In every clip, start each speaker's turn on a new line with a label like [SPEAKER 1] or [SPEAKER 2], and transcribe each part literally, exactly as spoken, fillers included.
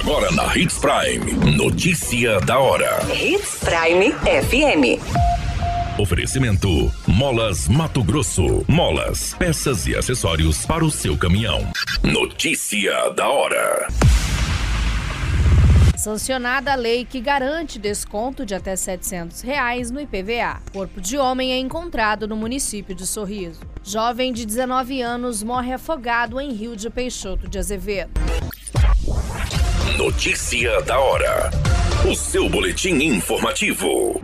[SPEAKER 1] Agora na Hits Prime. Notícia da hora.
[SPEAKER 2] Hits Prime F M.
[SPEAKER 1] Oferecimento Molas Mato Grosso. Molas, peças e acessórios para o seu caminhão. Notícia da hora.
[SPEAKER 3] Sancionada a lei que garante desconto de até setecentos reais no I P V A. Corpo de homem é encontrado no município de Sorriso. Jovem de dezenove anos morre afogado em Rio de Peixoto de Azevedo.
[SPEAKER 1] Notícia da hora. O seu boletim informativo.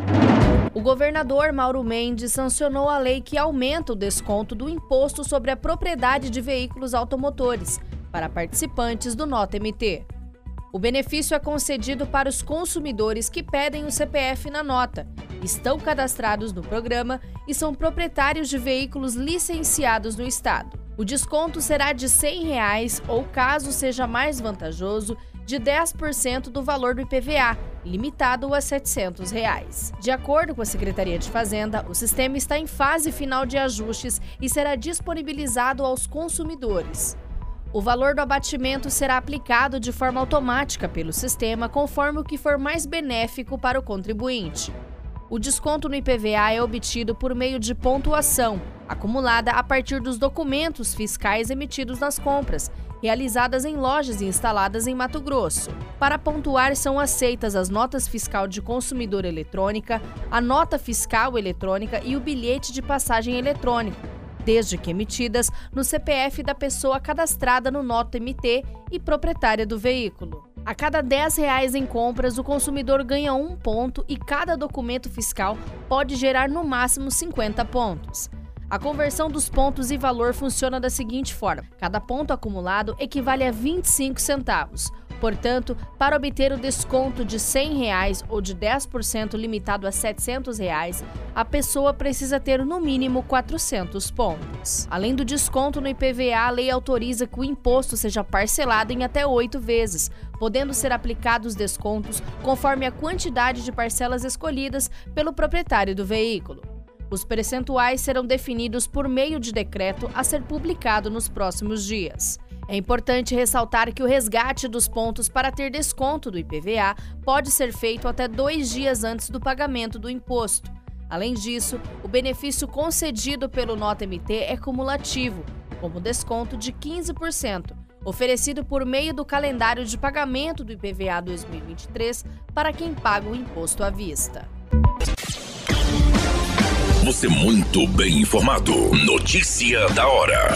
[SPEAKER 3] O governador Mauro Mendes sancionou a lei que aumenta o desconto do imposto sobre a propriedade de veículos automotores para participantes do Nota M T. O benefício é concedido para os consumidores que pedem o C P F na nota, estão cadastrados no programa e são proprietários de veículos licenciados no estado. O desconto será de cem reais ou, caso seja mais vantajoso, de dez por cento do valor do I P V A, limitado a setecentos reais. De acordo com a Secretaria de Fazenda, o sistema está em fase final de ajustes e será disponibilizado aos consumidores. O valor do abatimento será aplicado de forma automática pelo sistema, conforme o que for mais benéfico para o contribuinte. O desconto no I P V A é obtido por meio de pontuação, acumulada a partir dos documentos fiscais emitidos nas compras, realizadas em lojas instaladas em Mato Grosso. Para pontuar, são aceitas as notas fiscal de consumidor eletrônica, a nota fiscal eletrônica e o bilhete de passagem eletrônico, desde que emitidas no C P F da pessoa cadastrada no Nota M T e proprietária do veículo. A cada dez reais em compras, o consumidor ganha um ponto e cada documento fiscal pode gerar no máximo cinquenta pontos. A conversão dos pontos e valor funciona da seguinte forma: cada ponto acumulado equivale a vinte e cinco centavos. Portanto, para obter o desconto de cem reais ou de dez por cento limitado a setecentos reais, a pessoa precisa ter no mínimo quatrocentos pontos. Além do desconto no I P V A, a lei autoriza que o imposto seja parcelado em até oito vezes, podendo ser aplicados descontos conforme a quantidade de parcelas escolhidas pelo proprietário do veículo. Os percentuais serão definidos por meio de decreto a ser publicado nos próximos dias. É importante ressaltar que o resgate dos pontos para ter desconto do I P V A pode ser feito até dois dias antes do pagamento do imposto. Além disso, o benefício concedido pelo Nota M T é cumulativo, como desconto de quinze por cento, oferecido por meio do calendário de pagamento do I P V A dois mil e vinte e três para quem paga o imposto à vista.
[SPEAKER 1] Você muito bem informado. Notícia da hora.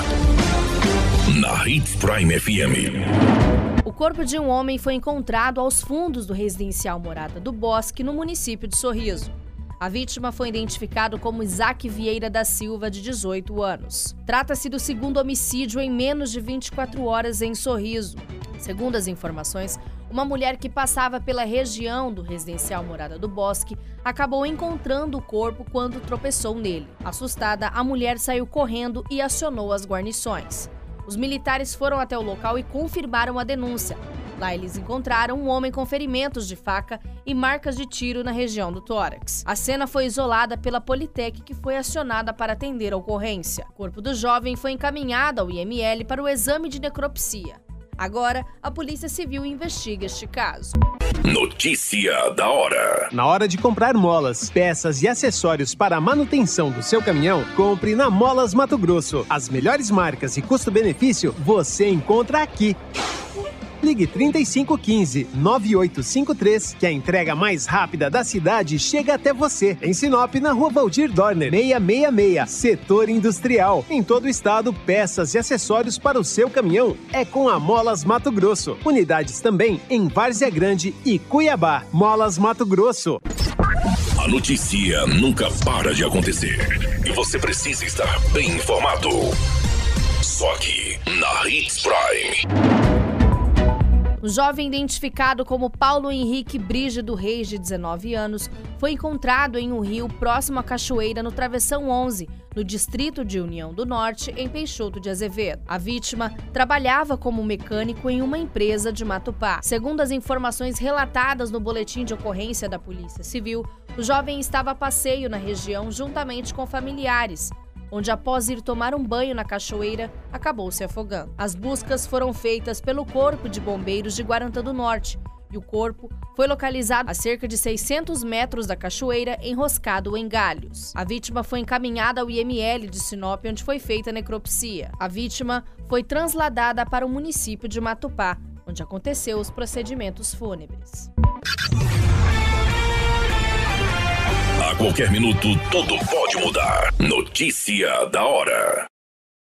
[SPEAKER 1] Na Hits Prime F M.
[SPEAKER 3] O corpo de um homem foi encontrado aos fundos do residencial Morada do Bosque, no município de Sorriso. A vítima foi identificada como Isaac Vieira da Silva, de dezoito anos. Trata-se do segundo homicídio em menos de vinte e quatro horas em Sorriso. Segundo as informações, uma mulher que passava pela região do residencial Morada do Bosque acabou encontrando o corpo quando tropeçou nele. Assustada, a mulher saiu correndo e acionou as guarnições. Os militares foram até o local e confirmaram a denúncia. Lá eles encontraram um homem com ferimentos de faca e marcas de tiro na região do tórax. A cena foi isolada pela Politec, que foi acionada para atender a ocorrência. O corpo do jovem foi encaminhado ao I M L para o exame de necropsia. Agora, a Polícia Civil investiga este caso.
[SPEAKER 1] Notícia da hora.
[SPEAKER 4] Na hora de comprar molas, peças e acessórios para a manutenção do seu caminhão, compre na Molas Mato Grosso. As melhores marcas e custo-benefício você encontra aqui. Ligue trinta e cinco quinze, nove oito cinco três, que a entrega mais rápida da cidade chega até você. Em Sinop, na Rua Valdir Dorner, seiscentos e sessenta e seis, Setor Industrial. Em todo o estado, peças e acessórios para o seu caminhão é com a Molas Mato Grosso. Unidades também em Várzea Grande e Cuiabá. Molas Mato Grosso.
[SPEAKER 1] A notícia nunca para de acontecer e você precisa estar bem informado. Só aqui, na Hits Prime.
[SPEAKER 3] Um jovem identificado como Paulo Henrique Brígido Reis, de dezenove anos, foi encontrado em um rio próximo à cachoeira no Travessão onze, no distrito de União do Norte, em Peixoto de Azevedo. A vítima trabalhava como mecânico em uma empresa de Matupá. Segundo as informações relatadas no boletim de ocorrência da Polícia Civil, o jovem estava a passeio na região juntamente com familiares. onde após ir tomar um banho na cachoeira, acabou se afogando. As buscas foram feitas pelo Corpo de Bombeiros de Guarantã do Norte e o corpo foi localizado a cerca de seiscentos metros da cachoeira, enroscado em galhos. A vítima foi encaminhada ao I M L de Sinop, onde foi feita a necropsia. A vítima foi trasladada para o município de Matupá, onde aconteceu os procedimentos fúnebres.
[SPEAKER 1] A qualquer minuto, tudo pode mudar. Notícia da hora.